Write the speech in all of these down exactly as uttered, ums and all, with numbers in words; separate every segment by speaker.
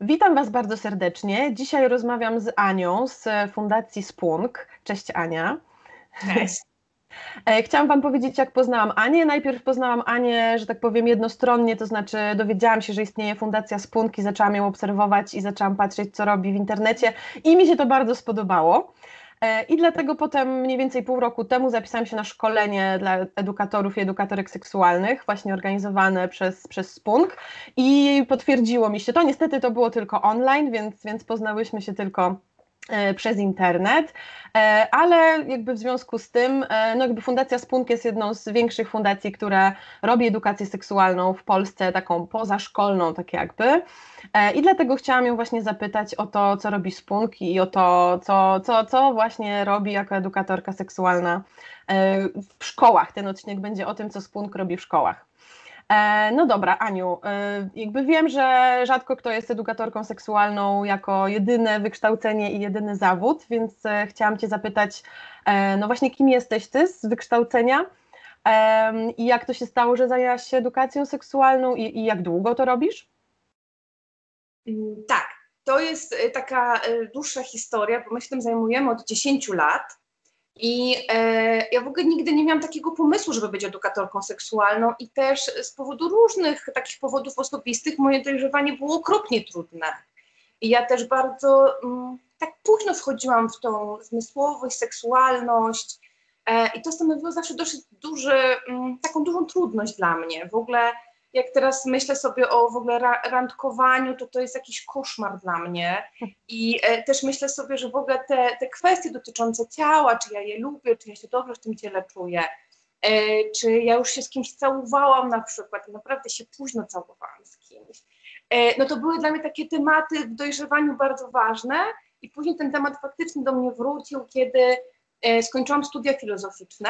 Speaker 1: Witam Was bardzo serdecznie. Dzisiaj rozmawiam z Anią z Fundacji Spunk. Cześć Ania.
Speaker 2: Cześć.
Speaker 1: E, Chciałam Wam powiedzieć, jak poznałam Anię. Najpierw poznałam Anię, że tak powiem, jednostronnie, to znaczy dowiedziałam się, że istnieje Fundacja Spunk i zaczęłam ją obserwować i zaczęłam patrzeć, co robi w internecie i mi się to bardzo spodobało. E, I dlatego potem mniej więcej pół roku temu zapisałam się na szkolenie dla edukatorów i edukatorek seksualnych, właśnie organizowane przez, przez Spunk i potwierdziło mi się to. Niestety to było tylko online, więc, więc poznałyśmy się tylko przez internet, ale jakby w związku z tym, no jakby Fundacja Spunk jest jedną z większych fundacji, która robi edukację seksualną w Polsce, taką pozaszkolną tak jakby, i dlatego chciałam ją właśnie zapytać o to, co robi Spunk i o to, co, co, co właśnie robi jako edukatorka seksualna w szkołach. Ten odcinek będzie o tym, co Spunk robi w szkołach. No dobra, Aniu, jakby wiem, że rzadko kto jest edukatorką seksualną jako jedyne wykształcenie i jedyny zawód, więc chciałam Cię zapytać, no właśnie kim jesteś Ty z wykształcenia i jak to się stało, że zajęłaś się edukacją seksualną i, i jak długo to robisz?
Speaker 2: Tak, to jest taka dłuższa historia, bo my się tym zajmujemy od dziesięciu lat. I e, ja w ogóle nigdy nie miałam takiego pomysłu, żeby być edukatorką seksualną i też z powodu różnych takich powodów osobistych moje dojrzewanie było okropnie trudne. I ja też bardzo mm, tak późno wchodziłam w tą zmysłowość, seksualność e, i to stanowiło zawsze dosyć duży, mm, taką dużą trudność dla mnie. W ogóle jak teraz myślę sobie o w ogóle ra randkowaniu, to to jest jakiś koszmar dla mnie. I e, też myślę sobie, że w ogóle te, te kwestie dotyczące ciała, czy ja je lubię, czy ja się dobrze w tym ciele czuję, e, czy ja już się z kimś całowałam na przykład, naprawdę się późno całowałam z kimś. E, no to były dla mnie takie tematy w dojrzewaniu bardzo ważne i później ten temat faktycznie do mnie wrócił, kiedy e, skończyłam studia filozoficzne.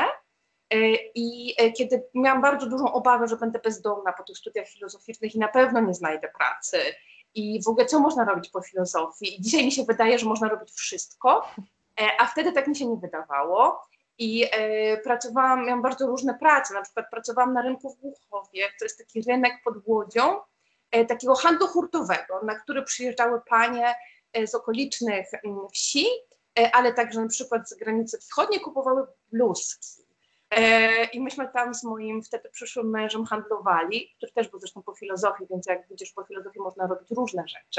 Speaker 2: I kiedy miałam bardzo dużą obawę, że będę bezdomna po tych studiach filozoficznych i na pewno nie znajdę pracy i w ogóle co można robić po filozofii. I dzisiaj mi się wydaje, że można robić wszystko, a wtedy tak mi się nie wydawało. I e, pracowałam, miałam bardzo różne prace, na przykład pracowałam na rynku w Głuchowie, to jest taki rynek pod Łodzią, e, takiego handlu hurtowego, na który przyjeżdżały panie e, z okolicznych m, wsi, e, ale także na przykład z granicy wschodniej kupowały bluzki. I myśmy tam z moim wtedy przyszłym mężem handlowali, który też był zresztą po filozofii, więc jak widzisz, po filozofii można robić różne rzeczy.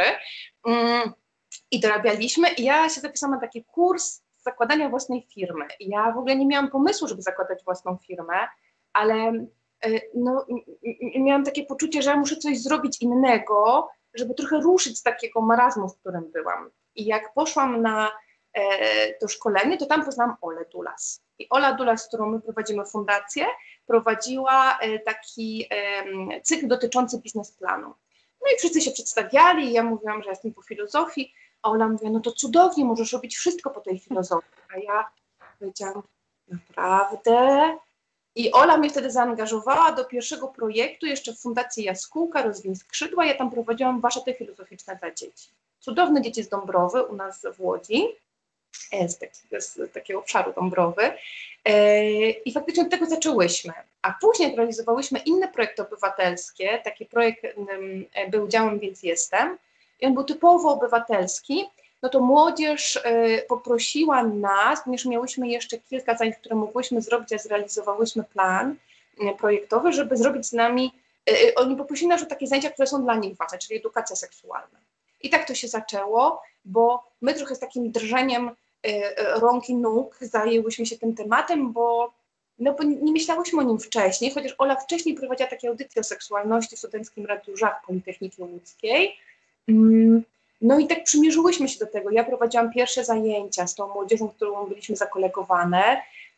Speaker 2: I dorabialiśmy i ja się zapisałam na taki kurs zakładania własnej firmy. I ja w ogóle nie miałam pomysłu, żeby zakładać własną firmę, ale no, miałam takie poczucie, że ja muszę coś zrobić innego, żeby trochę ruszyć z takiego marazmu, w którym byłam. I jak poszłam na to szkolenie, to tam poznałam Olę Dulas. I Ola Dulas, z którą my prowadzimy fundację, prowadziła taki cykl dotyczący biznesplanu. No i wszyscy się przedstawiali, i ja mówiłam, że jestem po filozofii, a Ola mówiła, no to cudownie, możesz robić wszystko po tej filozofii. A ja powiedziałam, naprawdę? I Ola mnie wtedy zaangażowała do pierwszego projektu, jeszcze w Fundacji Jaskółka, Rozwiń Skrzydła. Ja tam prowadziłam warsztaty filozoficzne dla dzieci. Cudowne dzieci z Dąbrowy, u nas w Łodzi, z takiego, z takiego obszaru Dąbrowy. I faktycznie od tego zaczęłyśmy. A później realizowałyśmy inne projekty obywatelskie. Taki projekt był Działem, więc jestem. I on był typowo obywatelski. No to młodzież poprosiła nas, ponieważ miałyśmy jeszcze kilka zajęć, które mogłyśmy zrobić, a zrealizowałyśmy plan projektowy, żeby zrobić z nami, oni poprosili nas o takie zajęcia, które są dla nich ważne, czyli edukacja seksualna. I tak to się zaczęło, bo my trochę z takim drżeniem rąk i nóg zajęłyśmy się tym tematem, bo, no, bo nie myślałyśmy o nim wcześniej, chociaż Ola wcześniej prowadziła takie audycje o seksualności w Studenckim Radiu Żak Politechniki Łódzkiej. No i tak przymierzyłyśmy się do tego. Ja prowadziłam pierwsze zajęcia z tą młodzieżą, którą byliśmy zakolegowane,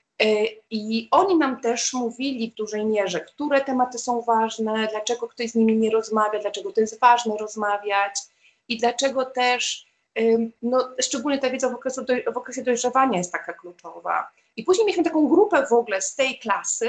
Speaker 2: i oni nam też mówili w dużej mierze, które tematy są ważne, dlaczego ktoś z nimi nie rozmawia, dlaczego to jest ważne rozmawiać i dlaczego też no, szczególnie ta wiedza w, okresu doj, w okresie dojrzewania jest taka kluczowa. I później mieliśmy taką grupę w ogóle z tej klasy,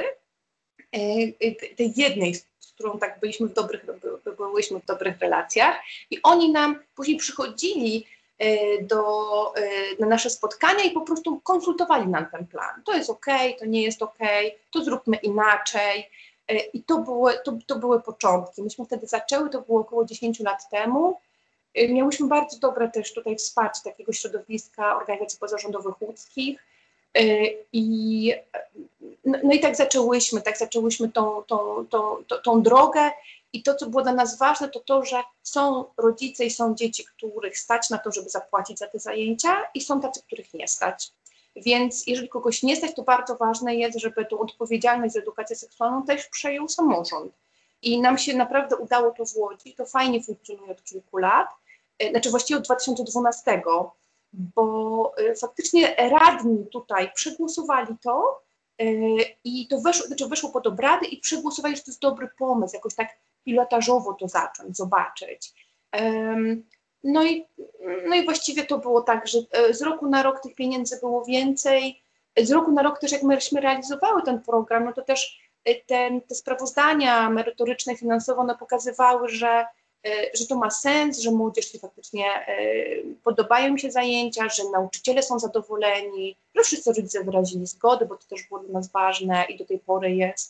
Speaker 2: tej jednej, z którą tak byliśmy w dobrych, byłyśmy w dobrych relacjach, i oni nam później przychodzili do, na nasze spotkania i po prostu konsultowali nam ten plan. To jest okej, to nie jest okej, to zróbmy inaczej. I to były, to, to były początki. Myśmy wtedy zaczęły, to było około dziesięć lat temu. Miałyśmy bardzo dobre też tutaj wsparcie takiego środowiska organizacji pozarządowych łódzkich i no, no i tak zaczęłyśmy, tak zaczęłyśmy tą, tą, tą, tą, tą drogę i to, co było dla nas ważne, to to, że są rodzice i są dzieci, których stać na to, żeby zapłacić za te zajęcia i są tacy, których nie stać. Więc jeżeli kogoś nie stać, to bardzo ważne jest, żeby tą odpowiedzialność za edukację seksualną też przejął samorząd. I nam się naprawdę udało to w Łodzi, to fajnie funkcjonuje od kilku lat, znaczy właściwie od dwa tysiące dwunastego, bo faktycznie radni tutaj przegłosowali to i to weszło, znaczy weszło pod obrady i przegłosowali, że to jest dobry pomysł, jakoś tak pilotażowo to zacząć, zobaczyć. No i, no i właściwie to było tak, że z roku na rok tych pieniędzy było więcej. Z roku na rok też jak myśmy realizowały ten program, no to też ten, te sprawozdania merytoryczne, finansowe, one pokazywały, że, że to ma sens, że młodzież się faktycznie podobają mi się zajęcia, że nauczyciele są zadowoleni, że wszyscy rodzice wyrazili zgodę, bo to też było dla nas ważne i do tej pory jest.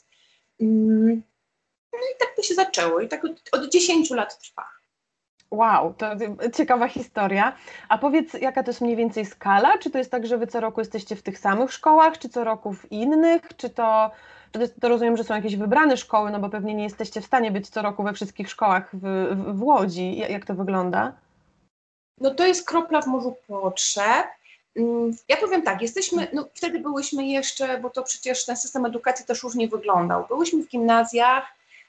Speaker 2: No i tak to się zaczęło i tak od, od dziesięciu lat trwa.
Speaker 1: Wow, to ciekawa historia. A powiedz, jaka to jest mniej więcej skala? Czy to jest tak, że wy co roku jesteście w tych samych szkołach, czy co roku w innych? Czy to, czy to, to rozumiem, że są jakieś wybrane szkoły, no bo pewnie nie jesteście w stanie być co roku we wszystkich szkołach w, w, w Łodzi. Jak to wygląda?
Speaker 2: No to jest kropla w morzu potrzeb. Ja powiem tak, jesteśmy, no wtedy byłyśmy jeszcze, bo to przecież ten system edukacji też różnie wyglądał. Byłyśmy w gimnazjach,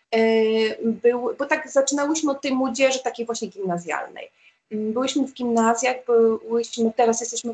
Speaker 2: Był, bo tak zaczynałyśmy od tej młodzieży takiej właśnie gimnazjalnej. Byłyśmy w gimnazjach, byłyśmy, teraz jesteśmy w,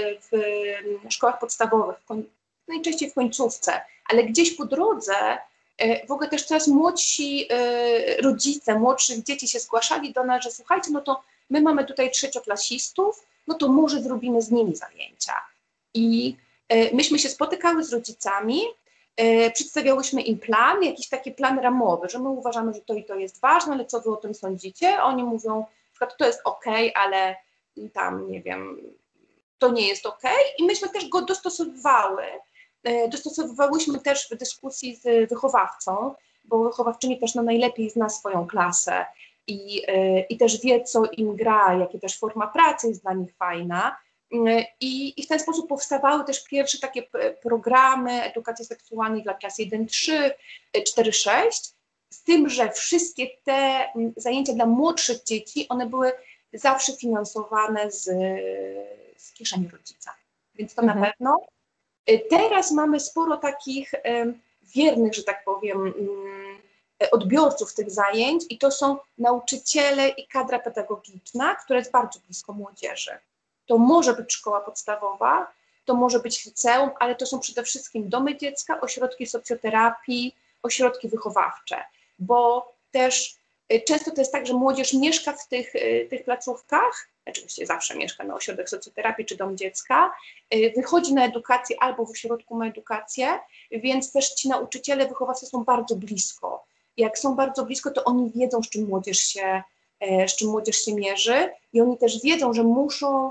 Speaker 2: w szkołach podstawowych, najczęściej w końcówce, ale gdzieś po drodze w ogóle też coraz młodsi rodzice, młodszych dzieci się zgłaszali do nas, że słuchajcie, no to my mamy tutaj trzecioklasistów, no to może zrobimy z nimi zajęcia. I myśmy się spotykały z rodzicami, przedstawiałyśmy im plan, jakiś taki plan ramowy, że my uważamy, że to i to jest ważne, ale co wy o tym sądzicie? Oni mówią, na przykład to jest okej, ale tam, nie wiem, to nie jest okej i myśmy też go dostosowywały. Dostosowywałyśmy też w dyskusji z wychowawcą, bo wychowawczyni też no, najlepiej zna swoją klasę i, i też wie, co im gra, jakie też forma pracy jest dla nich fajna. I, I w ten sposób powstawały też pierwsze takie programy edukacji seksualnej dla klas jeden trzy, cztery sześć, z tym, że wszystkie te zajęcia dla młodszych dzieci, one były zawsze finansowane z, z kieszeni rodzica. Więc to mhm. na pewno. Teraz mamy sporo takich wiernych, że tak powiem, odbiorców tych zajęć i to są nauczyciele i kadra pedagogiczna, która jest bardzo blisko młodzieży. To może być szkoła podstawowa, to może być liceum, ale to są przede wszystkim domy dziecka, ośrodki socjoterapii, ośrodki wychowawcze, bo też często to jest tak, że młodzież mieszka w tych, tych placówkach, oczywiście zawsze mieszka na ośrodek socjoterapii czy dom dziecka, wychodzi na edukację albo w ośrodku ma edukację, więc też ci nauczyciele, wychowawcy są bardzo blisko. Jak są bardzo blisko, to oni wiedzą, z czym młodzież się, z czym młodzież się mierzy i oni też wiedzą, że muszą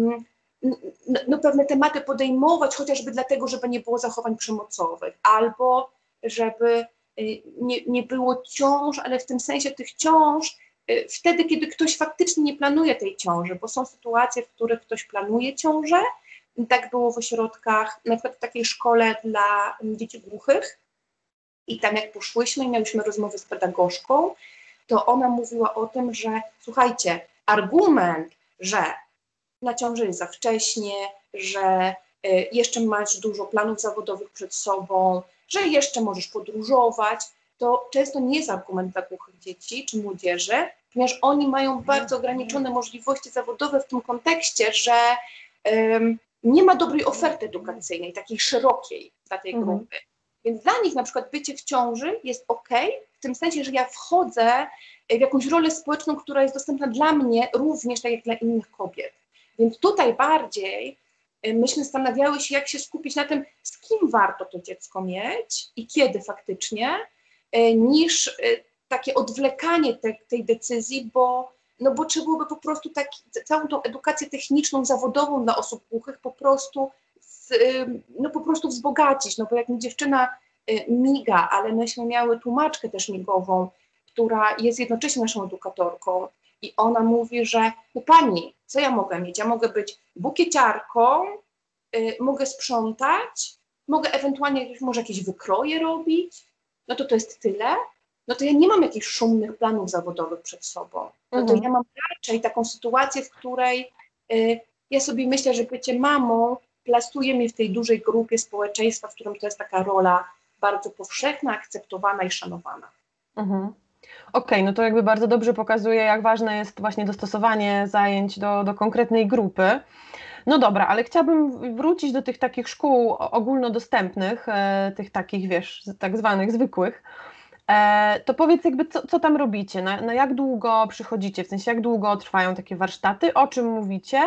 Speaker 2: no, pewne tematy podejmować, chociażby dlatego, żeby nie było zachowań przemocowych, albo żeby nie, nie było ciąż, ale w tym sensie tych ciąż wtedy, kiedy ktoś faktycznie nie planuje tej ciąży, bo są sytuacje, w których ktoś planuje ciążę. Tak było w ośrodkach, na przykład w takiej szkole dla dzieci głuchych i tam jak poszłyśmy i miałyśmy rozmowę z pedagogzką, to ona mówiła o tym, że słuchajcie, argument, że na ciąży jest za wcześnie, że jeszcze masz dużo planów zawodowych przed sobą, że jeszcze możesz podróżować, to często nie jest argument dla głuchych dzieci czy młodzieży, ponieważ oni mają bardzo ograniczone możliwości zawodowe w tym kontekście, że um, nie ma dobrej oferty edukacyjnej, takiej szerokiej dla tej grupy. Mhm. Więc dla nich na przykład bycie w ciąży jest okej, w tym sensie, że ja wchodzę w jakąś rolę społeczną, która jest dostępna dla mnie również tak jak dla innych kobiet. Więc tutaj bardziej myśmy zastanawiały się, jak się skupić na tym, z kim warto to dziecko mieć i kiedy faktycznie, niż takie odwlekanie te, tej decyzji, bo, no bo trzeba byłoby po prostu taki, całą tą edukację techniczną, zawodową dla osób głuchych po prostu, z, no po prostu wzbogacić, no bo jak mi dziewczyna miga, ale myśmy miały tłumaczkę też migową, która jest jednocześnie naszą edukatorką i ona mówi, że no pani, co ja mogę mieć? Ja mogę być bukieciarką, y, mogę sprzątać, mogę ewentualnie może jakieś wykroje robić, no to to jest tyle. No to ja nie mam jakichś szumnych planów zawodowych przed sobą. No to
Speaker 1: Mhm.
Speaker 2: ja mam raczej taką sytuację, w której y, ja sobie myślę, że bycie mamą plasuje mnie w tej dużej grupie społeczeństwa, w którym to jest taka rola bardzo powszechna, akceptowana i szanowana.
Speaker 1: Mhm. Okej, okay, no to jakby bardzo dobrze pokazuje, jak ważne jest właśnie dostosowanie zajęć do, do konkretnej grupy. No dobra, ale chciałabym wrócić do tych takich szkół ogólnodostępnych, e, tych takich, wiesz, tak zwanych zwykłych. E, to powiedz jakby, co, co tam robicie, na, na jak długo przychodzicie, w sensie jak długo trwają takie warsztaty, o czym mówicie,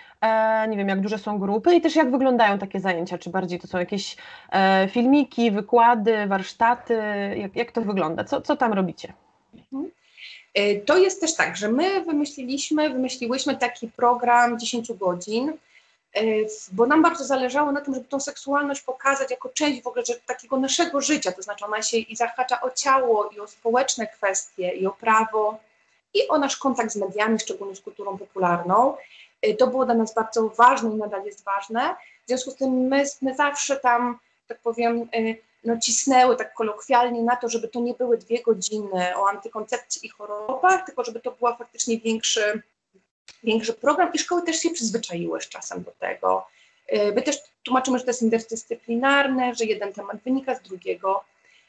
Speaker 1: e, nie wiem, jak duże są grupy i też jak wyglądają takie zajęcia, czy bardziej to są jakieś e, filmiki, wykłady, warsztaty, jak, jak to wygląda, co, co tam robicie?
Speaker 2: Mhm. To jest też tak, że my wymyśliliśmy, wymyśliłyśmy taki program dziesięć godzin, bo nam bardzo zależało na tym, żeby tą seksualność pokazać jako część w ogóle takiego naszego życia, to znaczy ona się i zahacza o ciało, i o społeczne kwestie, i o prawo, i o nasz kontakt z mediami, szczególnie z kulturą popularną. To było dla nas bardzo ważne i nadal jest ważne. W związku z tym my, my zawsze tam, tak powiem, no, cisnęły tak kolokwialnie na to, żeby to nie były dwie godziny o antykoncepcji i chorobach, tylko żeby to była faktycznie większy, większy program i szkoły też się przyzwyczaiły z czasem do tego. My też tłumaczymy, że to jest interdyscyplinarne, że jeden temat wynika z drugiego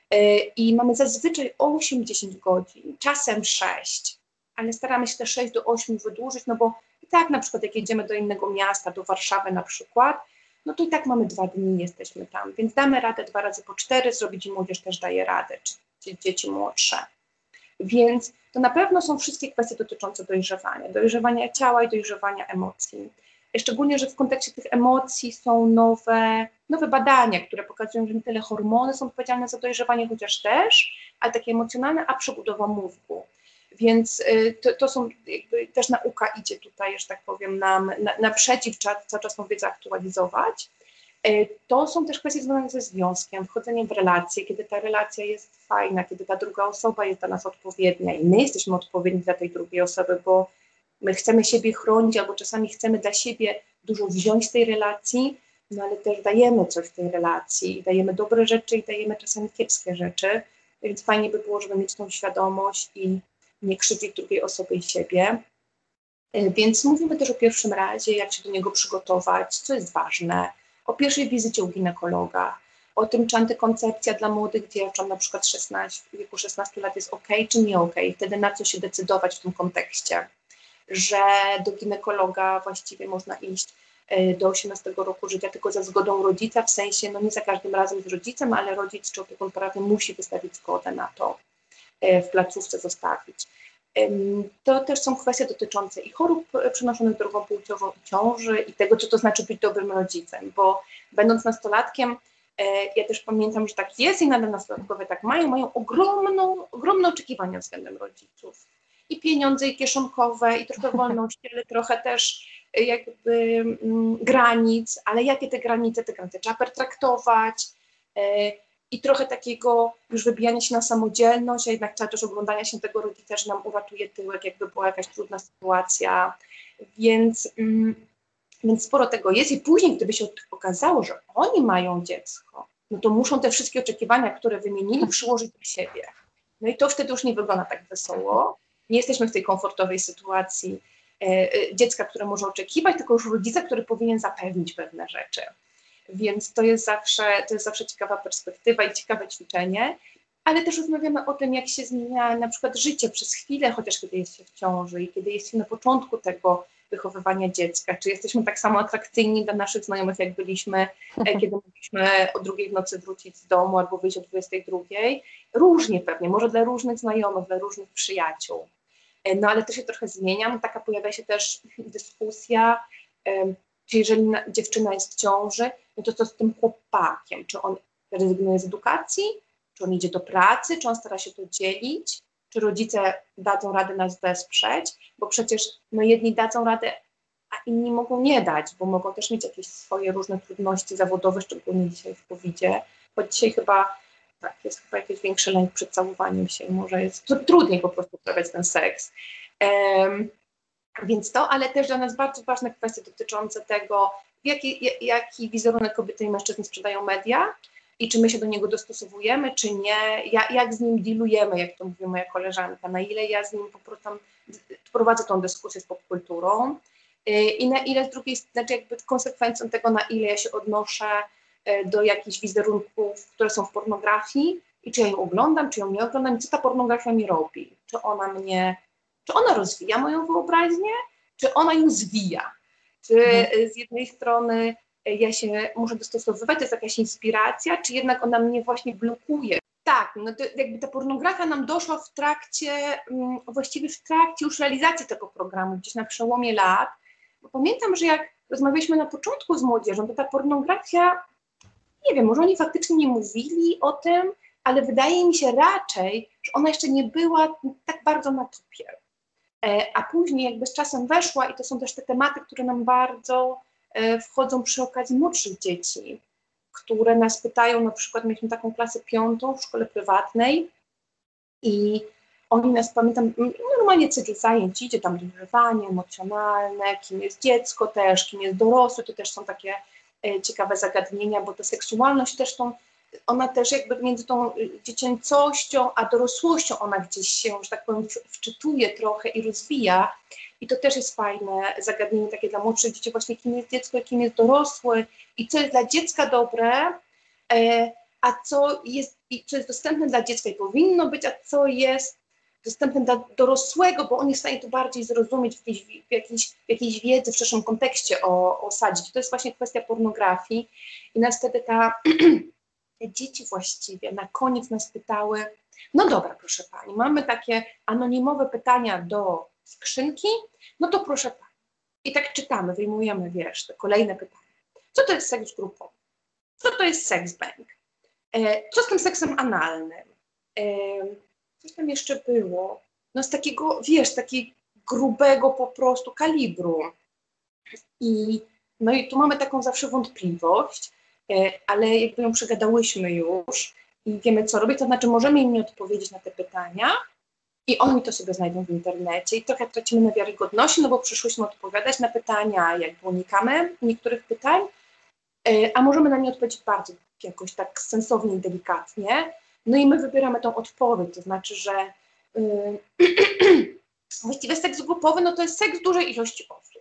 Speaker 2: i mamy zazwyczaj osiem do dziesięciu godzin, czasem sześć, ale staramy się te sześć do ośmiu wydłużyć, no bo i tak na przykład jak jedziemy do innego miasta, do Warszawy na przykład, no to i tak mamy dwa dni, jesteśmy tam, więc damy radę dwa razy po cztery zrobić i młodzież też daje radę, czy, czy dzieci młodsze. Więc to na pewno są wszystkie kwestie dotyczące dojrzewania, dojrzewania ciała i dojrzewania emocji. Szczególnie, że w kontekście tych emocji są nowe, nowe badania, które pokazują, że nie tyle hormony są odpowiedzialne za dojrzewanie, chociaż też, ale takie emocjonalne, a przebudowa mózgu. Więc y, to, to są, jakby też nauka idzie tutaj, że tak powiem, nam na, naprzeciw, trzeba cały czas tą wiedzę aktualizować. Y, to są też kwestie związane ze związkiem, wchodzenie w relacje, kiedy ta relacja jest fajna, kiedy ta druga osoba jest dla nas odpowiednia i my jesteśmy odpowiedni dla tej drugiej osoby, bo my chcemy siebie chronić, albo czasami chcemy dla siebie dużo wziąć z tej relacji, no ale też dajemy coś w tej relacji, dajemy dobre rzeczy i dajemy czasami kiepskie rzeczy, więc fajnie by było, żeby mieć tą świadomość i nie krzywdzić drugiej osoby i siebie. Więc mówimy też o pierwszym razie, jak się do niego przygotować, co jest ważne, o pierwszej wizycie u ginekologa, o tym, czy antykoncepcja dla młodych dziewcząt, na przykład szesnaście, w wieku szesnastu lat jest ok, czy nie ok, wtedy na co się decydować w tym kontekście, że do ginekologa właściwie można iść do osiemnastego roku życia tylko za zgodą rodzica, w sensie, no nie za każdym razem z rodzicem, ale rodzic czy opiekun prawny musi wystawić zgodę na to, w placówce zostawić. To też są kwestie dotyczące i chorób przenoszonych drogą płciową, i ciąży, i tego, co to znaczy być dobrym rodzicem, bo będąc nastolatkiem, ja też pamiętam, że tak jest i nadal nastolatkowie tak mają, mają ogromną, ogromne oczekiwania względem rodziców. I pieniądze, i kieszonkowe, i trochę wolności, ale trochę też jakby mm, granic, ale jakie te granice, te granice trzeba pertraktować, i trochę takiego już wybijania się na samodzielność, a jednak trzeba też oglądania się tego rodzica, że nam uratuje tyłek, jakby była jakaś trudna sytuacja, więc, mm, więc sporo tego jest i później, gdyby się okazało, że oni mają dziecko, no to muszą te wszystkie oczekiwania, które wymienili, przyłożyć do siebie. No i to wtedy już nie wygląda tak wesoło, nie jesteśmy w tej komfortowej sytuacji e, e, dziecka, które może oczekiwać, tylko już rodzica, który powinien zapewnić pewne rzeczy. Więc to jest zawsze, to jest zawsze ciekawa perspektywa i ciekawe ćwiczenie, ale też rozmawiamy o tym, jak się zmienia na przykład życie przez chwilę, chociaż kiedy jest się w ciąży i kiedy jest się na początku tego wychowywania dziecka, czy jesteśmy tak samo atrakcyjni dla naszych znajomych, jak byliśmy, kiedy mogliśmy o drugiej w nocy wrócić z domu albo wyjść o dwudziestej drugiej. Różnie pewnie, może dla różnych znajomych, dla różnych przyjaciół. No ale to się trochę zmienia, no, taka pojawia się też dyskusja, czy jeżeli dziewczyna jest w ciąży, no to co z tym chłopakiem? Czy on rezygnuje z edukacji? Czy on idzie do pracy? Czy on stara się to dzielić? Czy rodzice dadzą radę nas wesprzeć? Bo przecież no jedni dadzą radę, a inni mogą nie dać, bo mogą też mieć jakieś swoje różne trudności zawodowe, szczególnie dzisiaj w kowidzie, bo dzisiaj chyba tak, jest chyba jakiś większy lęk przed całowaniem się, może jest to trudniej po prostu uprawiać ten seks. Um, więc to, ale też dla nas bardzo ważne kwestie dotyczące tego, jaki, jaki wizerunek kobiety i mężczyzn sprzedają media i czy my się do niego dostosowujemy, czy nie, jak, jak z nim dealujemy, jak to mówi moja koleżanka, na ile ja z nim po prostu tam prowadzę tą dyskusję z popkulturą i na ile z drugiej strony, znaczy jakby konsekwencją tego, na ile ja się odnoszę do jakichś wizerunków, które są w pornografii i czy ja ją oglądam, czy ją nie oglądam i co ta pornografia mi robi, czy ona mnie, czy ona rozwija moją wyobraźnię, czy ona ją zwija, czy mhm. z jednej strony ja się muszę dostosowywać, to jest jakaś inspiracja, czy jednak ona mnie właśnie blokuje. Tak, no to jakby ta pornografia nam doszła w trakcie, właściwie w trakcie już realizacji tego programu, gdzieś na przełomie lat, bo pamiętam, że jak rozmawialiśmy na początku z młodzieżą, to ta pornografia, nie wiem, może oni faktycznie nie mówili o tym, ale wydaje mi się raczej, że ona jeszcze nie była tak bardzo na topie. A później jakby z czasem weszła i to są też te tematy, które nam bardzo wchodzą przy okazji młodszych dzieci, które nas pytają, na przykład mieliśmy taką klasę piątą w szkole prywatnej i oni nas, pamiętam, normalnie cykl zajęć idzie, tam dojrzewanie emocjonalne, kim jest dziecko też, kim jest dorosły, to też są takie e, ciekawe zagadnienia, bo ta seksualność też tą, ona też jakby między tą dziecięcością a dorosłością ona gdzieś się, że tak powiem, wczytuje trochę i rozwija i to też jest fajne zagadnienie takie dla młodszych dzieci, właśnie kim jest dziecko, kim jest dorosły i co jest dla dziecka dobre, e, a co jest, i co jest dostępne dla dziecka i powinno być, a co jest dostępne dla dorosłego, bo on jest w stanie to bardziej zrozumieć w jakiejś, w jakiejś, w jakiejś wiedzy, w szerszym kontekście o, osadzić. To jest właśnie kwestia pornografii i nas wtedy ta, te dzieci właściwie na koniec nas pytały, no dobra, proszę pani, mamy takie anonimowe pytania do skrzynki, no to proszę pani. I tak czytamy, wyjmujemy, wiesz, te kolejne pytania. Co to jest seks grupowy? Co to jest sexbank? E, co z tym seksem analnym? E, coś tam jeszcze było? No z takiego, wiesz, takiego grubego po prostu kalibru. I, no i tu mamy taką zawsze wątpliwość, e, ale jakby ją przegadałyśmy już i wiemy, co robić, to znaczy możemy im nie odpowiedzieć na te pytania i oni to sobie znajdą w internecie i trochę tracimy na wiarygodności, no bo przyszłyśmy odpowiadać na pytania, jakby unikamy niektórych pytań, a możemy na nie odpowiedzieć bardzo jakoś tak sensownie i delikatnie. No i my wybieramy tą odpowiedź, to znaczy, że yy, właściwie seks grupowy, no to jest seks dużej ilości osób.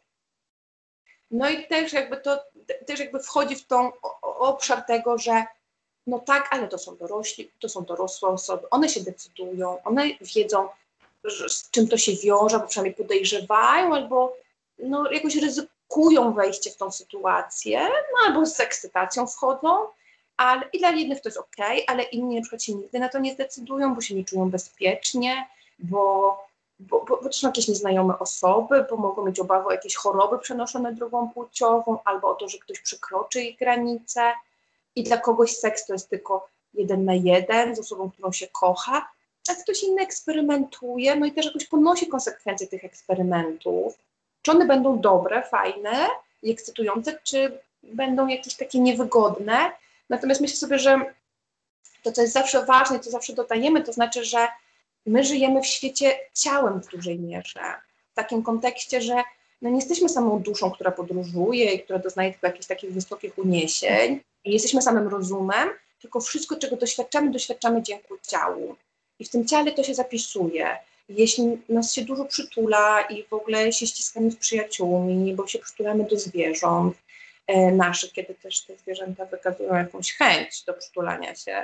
Speaker 2: No i też jakby to też jakby wchodzi w tą o, obszar tego, że no tak, ale to są dorośli, to są dorosłe osoby, one się decydują, one wiedzą, że, z czym to się wiąże, bo przynajmniej podejrzewają, albo no jakoś ryzykują wejście w tą sytuację, no albo z ekscytacją wchodzą, ale i dla jednych to jest okej, ale inni na przykład się nigdy na to nie zdecydują, bo się nie czują bezpiecznie, bo, bo, bo, bo to są jakieś nieznajome osoby, bo mogą mieć obawę o jakieś choroby przenoszone drogą płciową, albo o to, że ktoś przekroczy ich granice i dla kogoś seks to jest tylko jeden na jeden z osobą, którą się kocha, a ktoś inny eksperymentuje, no i też jakoś ponosi konsekwencje tych eksperymentów. Czy one będą dobre, fajne i ekscytujące, czy będą jakieś takie niewygodne. Natomiast myślę sobie, że to, co jest zawsze ważne, co zawsze dodajemy, to znaczy, że my żyjemy w świecie ciałem w dużej mierze. W takim kontekście, że no nie jesteśmy samą duszą, która podróżuje i która doznaje tylko jakichś takich wysokich uniesień. Nie jesteśmy samym rozumem, tylko wszystko, czego doświadczamy, doświadczamy dzięki ciału. I w tym ciele to się zapisuje. Jeśli nas się dużo przytula i w ogóle się ściskamy z przyjaciółmi, bo się przytulamy do zwierząt e, naszych, kiedy też te zwierzęta wykazują jakąś chęć do przytulania się,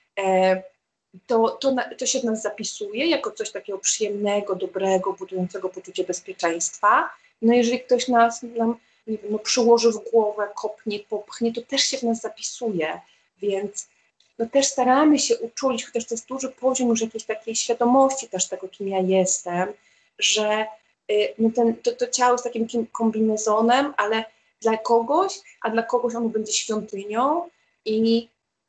Speaker 2: e, to, to, to się w nas zapisuje jako coś takiego przyjemnego, dobrego, budującego poczucie bezpieczeństwa. No jeżeli ktoś nas nam, nie wiem, no, przyłoży w głowę, kopnie, popchnie, to też się w nas zapisuje, więc no też staramy się uczulić, chociaż to jest duży poziom już jakiejś takiej świadomości też tego, kim ja jestem, że y, no ten, to, to ciało jest takim kombinezonem, ale dla kogoś, a dla kogoś ono będzie świątynią i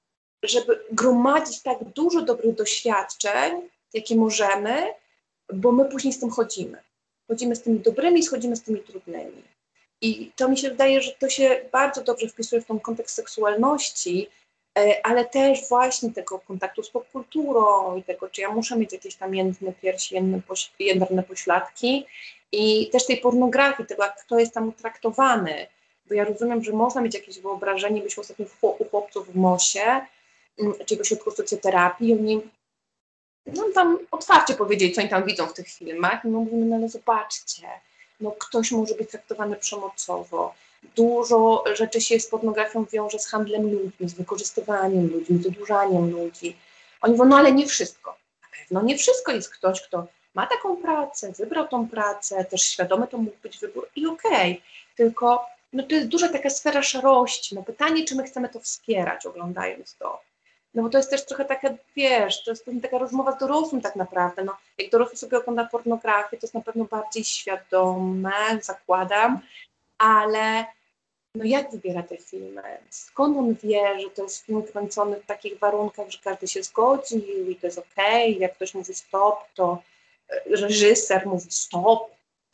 Speaker 2: żeby gromadzić tak dużo dobrych doświadczeń, jakie możemy, bo my później z tym chodzimy. Chodzimy z tymi dobrymi, schodzimy z tymi trudnymi. I to mi się wydaje, że to się bardzo dobrze wpisuje w ten kontekst seksualności, ale też właśnie tego kontaktu z popkulturą i tego, czy ja muszę mieć jakieś tam jędrne piersi, jędrne pośladki i też tej pornografii, tego jak kto jest tam utraktowany, bo ja rozumiem, że można mieć jakieś wyobrażenie, byliśmy ostatnio u chłopców w MOSie, czyli w ośrodku socjoterapii, i oni no, tam otwarcie powiedzieli, co oni tam widzą w tych filmach i my mówimy, no ale zobaczcie, no ktoś może być traktowany przemocowo, dużo rzeczy się z pornografią wiąże z handlem ludźmi, z wykorzystywaniem ludzi, z odurzaniem ludzi. Oni mówią, no ale nie wszystko. Na pewno nie wszystko jest ktoś, kto ma taką pracę, wybrał tą pracę, też świadomy to mógł być wybór i okej, okay. Tylko no to jest duża taka sfera szarości. No pytanie, czy my chcemy to wspierać, oglądając to. No bo to jest też trochę taka, wiesz, to jest taka rozmowa z dorosłym tak naprawdę. No, jak dorosły sobie ogląda pornografię, to jest na pewno bardziej świadome, zakładam, ale no jak wybiera te filmy? Skąd on wie, że to jest film kręcony w takich warunkach, że każdy się zgodził i to jest okej, okay. Jak ktoś mówi stop, to reżyser mówi stop.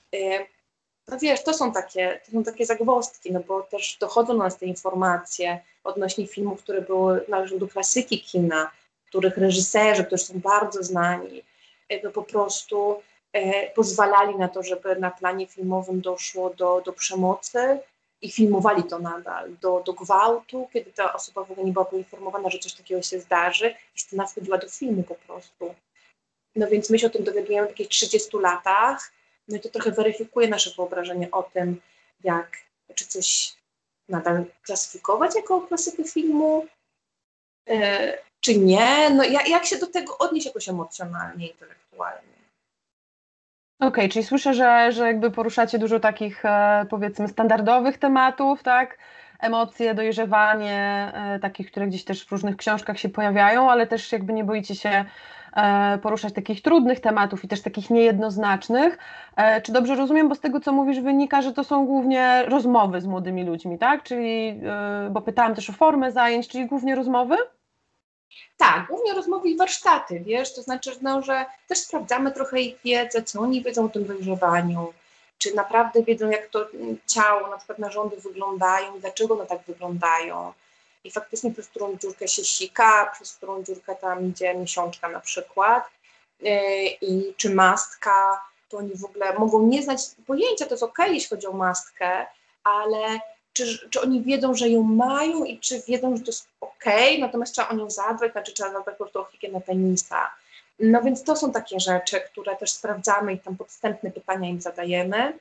Speaker 2: No wiesz, to są takie, to są takie zagwozdki, no bo też dochodzą do nas te informacje odnośnie filmów, które były, należą do klasyki kina, których reżyserzy, którzy są bardzo znani, no po prostu e, pozwalali na to, żeby na planie filmowym doszło do, do przemocy i filmowali to nadal, do, do gwałtu, kiedy ta osoba w ogóle nie była poinformowana, że coś takiego się zdarzy i scena wchodziła do filmu po prostu. No więc my się o tym dowiadujemy w takich trzydziestu latach, no i to trochę weryfikuje nasze wyobrażenie o tym, jak, czy coś nadal klasyfikować jako klasykę filmu, yy, czy nie. No jak, jak się do tego odnieść jakoś emocjonalnie, intelektualnie.
Speaker 1: Okej, okay, czyli słyszę, że, że jakby poruszacie dużo takich e, powiedzmy standardowych tematów, tak? Emocje, dojrzewanie, e, takich, które gdzieś też w różnych książkach się pojawiają, ale też jakby nie boicie się e, poruszać takich trudnych tematów i też takich niejednoznacznych. E, czy dobrze rozumiem, bo z tego, co mówisz, wynika, że to są głównie rozmowy z młodymi ludźmi, tak? Czyli, e, bo pytałam też o formę zajęć, czyli głównie rozmowy?
Speaker 2: Tak, głównie rozmowy i warsztaty, wiesz, to znaczy, no, że też sprawdzamy trochę ich wiedzę, co oni wiedzą o tym dojrzewaniu, czy naprawdę wiedzą, jak to ciało, na przykład narządy wyglądają i dlaczego one tak wyglądają. I faktycznie przez którą dziurkę się sika, przez którą dziurkę tam idzie miesiączka na przykład, yy, i czy mastka, to oni w ogóle mogą nie znać pojęcia, to jest okej, okay, jeśli chodzi o mastkę, ale Czy, czy oni wiedzą, że ją mają i czy wiedzą, że to jest okej, okay, natomiast trzeba o nią zadbać, znaczy trzeba zadbać po prostu o higienę penisa. No więc to są takie rzeczy, które też sprawdzamy i tam podstępne pytania im zadajemy.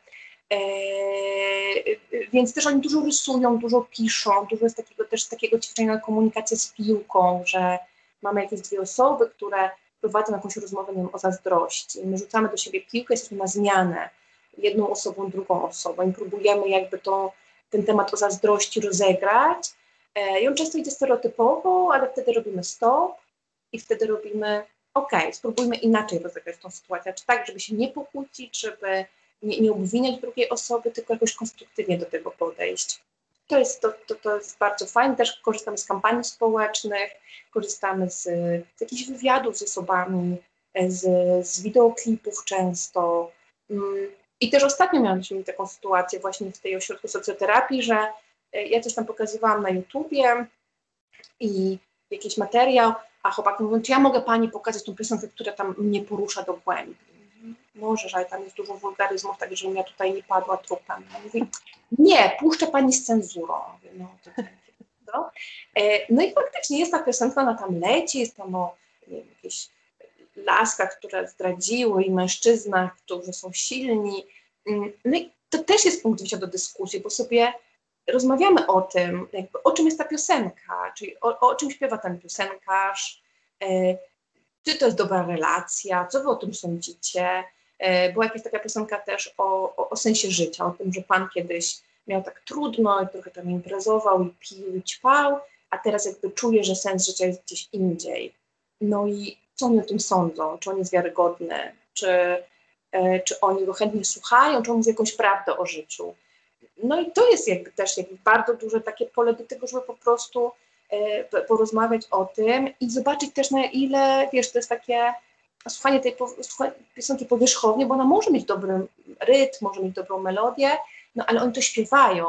Speaker 2: Eee, więc też oni dużo rysują, dużo piszą, dużo jest takiego też takiego ćwiczenia na komunikację z piłką, że mamy jakieś dwie osoby, które prowadzą jakąś rozmowę, nie wiem, o zazdrości. My rzucamy do siebie piłkę, jesteśmy na zmianę jedną osobą, drugą osobą i próbujemy jakby to ten temat o zazdrości rozegrać. I on często idzie stereotypowo, ale wtedy robimy stop i wtedy robimy ok, spróbujmy inaczej rozegrać tą sytuację, czy tak, żeby się nie pokłócić, żeby nie, nie obwiniać drugiej osoby, tylko jakoś konstruktywnie do tego podejść. To jest, to, to, to jest bardzo fajne, też korzystamy z kampanii społecznych, korzystamy z, z jakichś wywiadów z osobami, z, z wideoklipów często. I też ostatnio miałam taką sytuację właśnie w tej ośrodku socjoterapii, że ja coś tam pokazywałam na YouTubie i jakiś materiał, a chłopaki mówią, czy ja mogę pani pokazać tą piosenkę, która tam mnie porusza do głębi. Możesz, ale tam jest dużo wulgaryzmów, tak żebym ja tutaj nie padła trupem. Mówi, nie, puszczę pani z cenzurą. Mówię, no, to, to. No i faktycznie jest ta piosenka, ona tam leci, jest tam o nie wiem, jakieś laskach, które zdradziły i mężczyznach, którzy są silni. No i to też jest punkt wyjścia do dyskusji, bo sobie rozmawiamy o tym, jakby, o czym jest ta piosenka, czyli o, o czym śpiewa ten piosenkarz, e, czy to jest dobra relacja, co wy o tym sądzicie. E, była jakaś taka piosenka też o, o, o sensie życia, o tym, że pan kiedyś miał tak trudno i trochę tam imprezował i pił i ćpał, a teraz jakby czuje, że sens życia jest gdzieś indziej. No i co oni o tym sądzą, czy on jest wiarygodny, czy, e, czy oni go chętnie słuchają, czy on mówi jakąś prawdę o życiu. No i to jest jakby też jakby bardzo duże takie pole do tego, żeby po prostu e, porozmawiać o tym i zobaczyć też na ile, wiesz, to jest takie słuchanie tej słuchanie piosenki powierzchownie, bo ona może mieć dobry rytm, może mieć dobrą melodię, no ale oni to śpiewają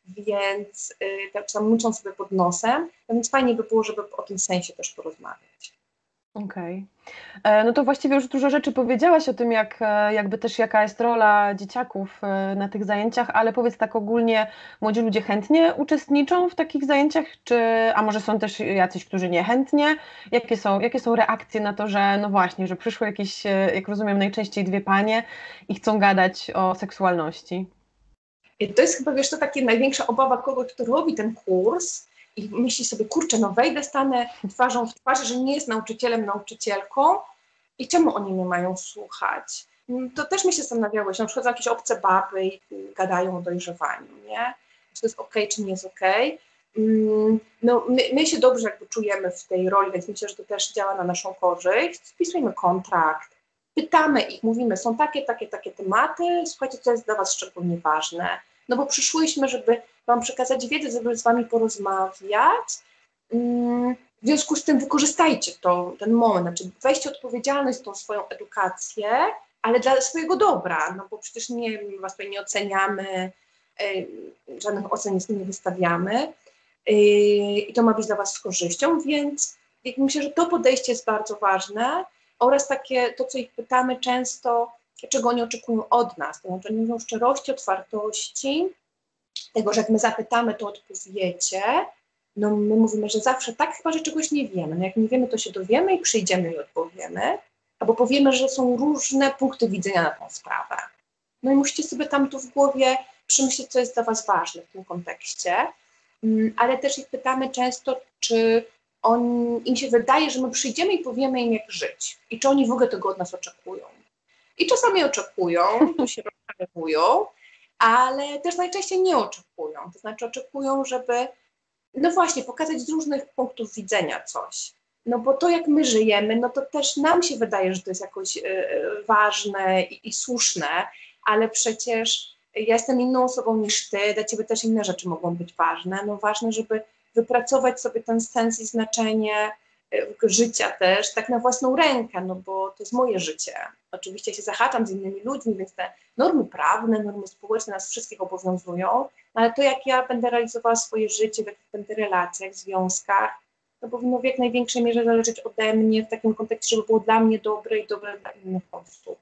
Speaker 2: więc yy, czy tam muczą sobie pod nosem, no więc fajnie by było, żeby o tym sensie też porozmawiać.
Speaker 1: Okej. Okay. No to właściwie już dużo rzeczy powiedziałaś o tym, jak, jakby też jaka jest rola dzieciaków na tych zajęciach, ale powiedz tak ogólnie, młodzi ludzie chętnie uczestniczą w takich zajęciach, czy, a może są też jacyś, którzy niechętnie? Jakie są, jakie są reakcje na to, że no właśnie, że przyszły jakieś, jak rozumiem, najczęściej dwie panie i chcą gadać o seksualności?
Speaker 2: To jest chyba, wiesz, to takie największa obawa kogoś, kto robi ten kurs i myśli sobie, kurczę, no wejdę, stanę twarzą w twarz, że nie jest nauczycielem, nauczycielką i czemu oni nie mają słuchać? To też mi się zastanawiało, że na przykład jakieś obce baby i gadają o dojrzewaniu, nie? Czy to jest okej, czy nie jest okej? No, my, my się dobrze jakby czujemy w tej roli, więc myślę, że to też działa na naszą korzyść. Spisujemy kontrakt, pytamy ich, mówimy, są takie, takie, takie tematy, słuchajcie, co jest dla was szczególnie ważne. No bo przyszłyśmy, żeby wam przekazać wiedzę, żeby z wami porozmawiać. W związku z tym wykorzystajcie to, ten moment, znaczy weźcie odpowiedzialność za tą swoją edukację, ale dla swojego dobra, no bo przecież nie, was tutaj nie oceniamy, żadnych ocen nie wystawiamy i to ma być dla was z korzyścią, więc myślę, że to podejście jest bardzo ważne oraz takie, to co ich pytamy często, czego oni oczekują od nas, to znaczy oni mówią szczerości, otwartości, tego, że jak my zapytamy, to odpowiecie. No my mówimy, że zawsze tak, chyba że czegoś nie wiemy. No jak nie wiemy, to się dowiemy i przyjdziemy i odpowiemy, albo powiemy, że są różne punkty widzenia na tą sprawę. No i musicie sobie tam tu w głowie przemyśleć, co jest dla was ważne w tym kontekście, ale też ich pytamy często, czy on, im się wydaje, że my przyjdziemy i powiemy im, jak żyć i czy oni w ogóle tego od nas oczekują. I czasami oczekują, tu się rozczarowują, ale też najczęściej nie oczekują. To znaczy oczekują, żeby, no właśnie, pokazać z różnych punktów widzenia coś. No bo to, jak my żyjemy, no to też nam się wydaje, że to jest jakoś y, ważne i, i słuszne, ale przecież ja jestem inną osobą niż ty, dla ciebie też inne rzeczy mogą być ważne. No ważne, żeby wypracować sobie ten sens i znaczenie życia też, tak na własną rękę, no bo to jest moje życie. Oczywiście się zahaczam z innymi ludźmi, więc te normy prawne, normy społeczne nas wszystkich obowiązują, ale to, jak ja będę realizowała swoje życie, w jakich będę relacjach, związkach, to powinno w jak największej mierze zależeć ode mnie w takim kontekście, żeby było dla mnie dobre i dobre dla innych osób.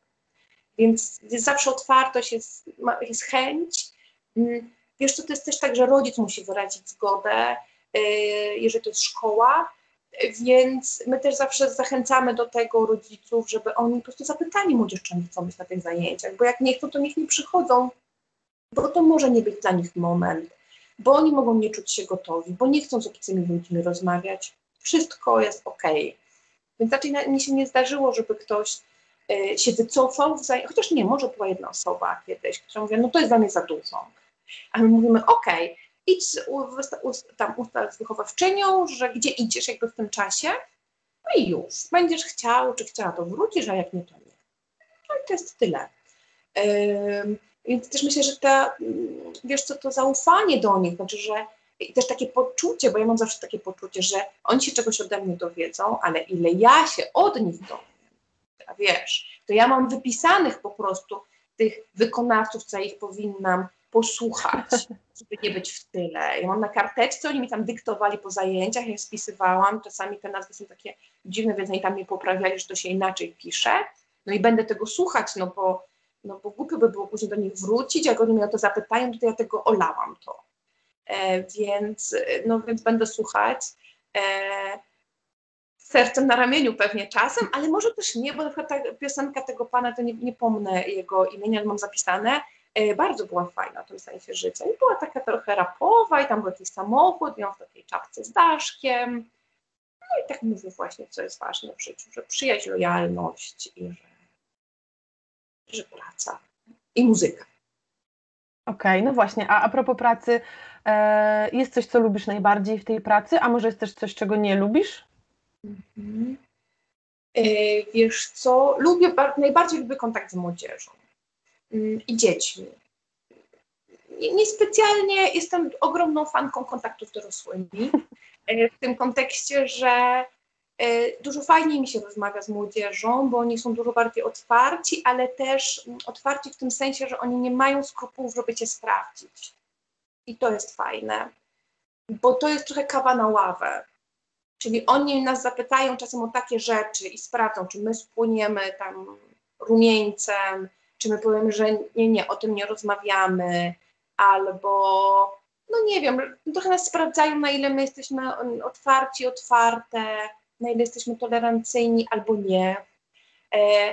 Speaker 2: Więc jest zawsze otwartość, jest, jest chęć. Wiesz co, to jest też tak, że rodzic musi wyrazić zgodę, jeżeli to jest szkoła, więc my też zawsze zachęcamy do tego rodziców, żeby oni po prostu zapytali młodzież, czy oni chcą być na tych zajęciach, bo jak nie chcą, to niech nie przychodzą, bo to może nie być dla nich moment, bo oni mogą nie czuć się gotowi, bo nie chcą z obcymi ludźmi rozmawiać. Wszystko jest okej. Więc raczej mi się nie zdarzyło, żeby ktoś y, się wycofał, w zaj- chociaż nie, może była jedna osoba kiedyś, która mówiła, no to jest dla mnie za dużo. A my mówimy, okej, idź u, u, tam ustal z wychowawczynią, że gdzie idziesz jakby w tym czasie, no i już. Będziesz chciał, czy chciała, to wrócisz, a jak nie, to nie. No i to jest tyle. Ym, więc też myślę, że ta, wiesz co, to zaufanie do nich, znaczy, że i też takie poczucie, bo ja mam zawsze takie poczucie, że oni się czegoś ode mnie dowiedzą, ale ile ja się od nich dowiem, a wiesz, to ja mam wypisanych po prostu tych wykonawców, co ja ich powinnam posłuchać, żeby nie być w tyle. Ja mam na karteczce, oni mi tam dyktowali po zajęciach, ja spisywałam, czasami te nazwy są takie dziwne, więc oni tam mnie poprawiali, że to się inaczej pisze, no i będę tego słuchać, no bo, no bo głupio by było później do nich wrócić, jak oni mnie o to zapytają, to ja tego olałam to. E, więc, no, więc będę słuchać. E, sercem na ramieniu pewnie czasem, ale może też nie, bo na przykład ta piosenka tego pana, to nie, nie pomnę jego imienia, ale mam zapisane, e, bardzo była fajna w tym sensie życia i była taka trochę rapowa i tam był jakiś samochód i on w takiej czapce z daszkiem. No i tak mówię właśnie, co jest ważne w życiu, że przyjaźń, lojalność i że, że praca i muzyka.
Speaker 1: Okej, okay, no właśnie, a a propos pracy, e, jest coś, co lubisz najbardziej w tej pracy, a może jest też coś, czego nie lubisz?
Speaker 2: Mhm. E, wiesz co, lubię, najbardziej lubię kontakt z młodzieżą mm, i dziećmi. Niespecjalnie jestem ogromną fanką kontaktów z dorosłymi, e, w tym kontekście, że e, dużo fajniej mi się rozmawia z młodzieżą, bo oni są dużo bardziej otwarci, ale też otwarci w tym sensie, że oni nie mają skrupułów, żeby cię sprawdzić. I to jest fajne, bo to jest trochę kawa na ławę. Czyli oni nas zapytają czasem o takie rzeczy i sprawdzą, czy my spłyniemy tam rumieńcem, czy my powiemy, że nie, nie, o tym nie rozmawiamy, albo no nie wiem, trochę nas sprawdzają, na ile my jesteśmy otwarci, otwarte, na ile jesteśmy tolerancyjni albo nie. E,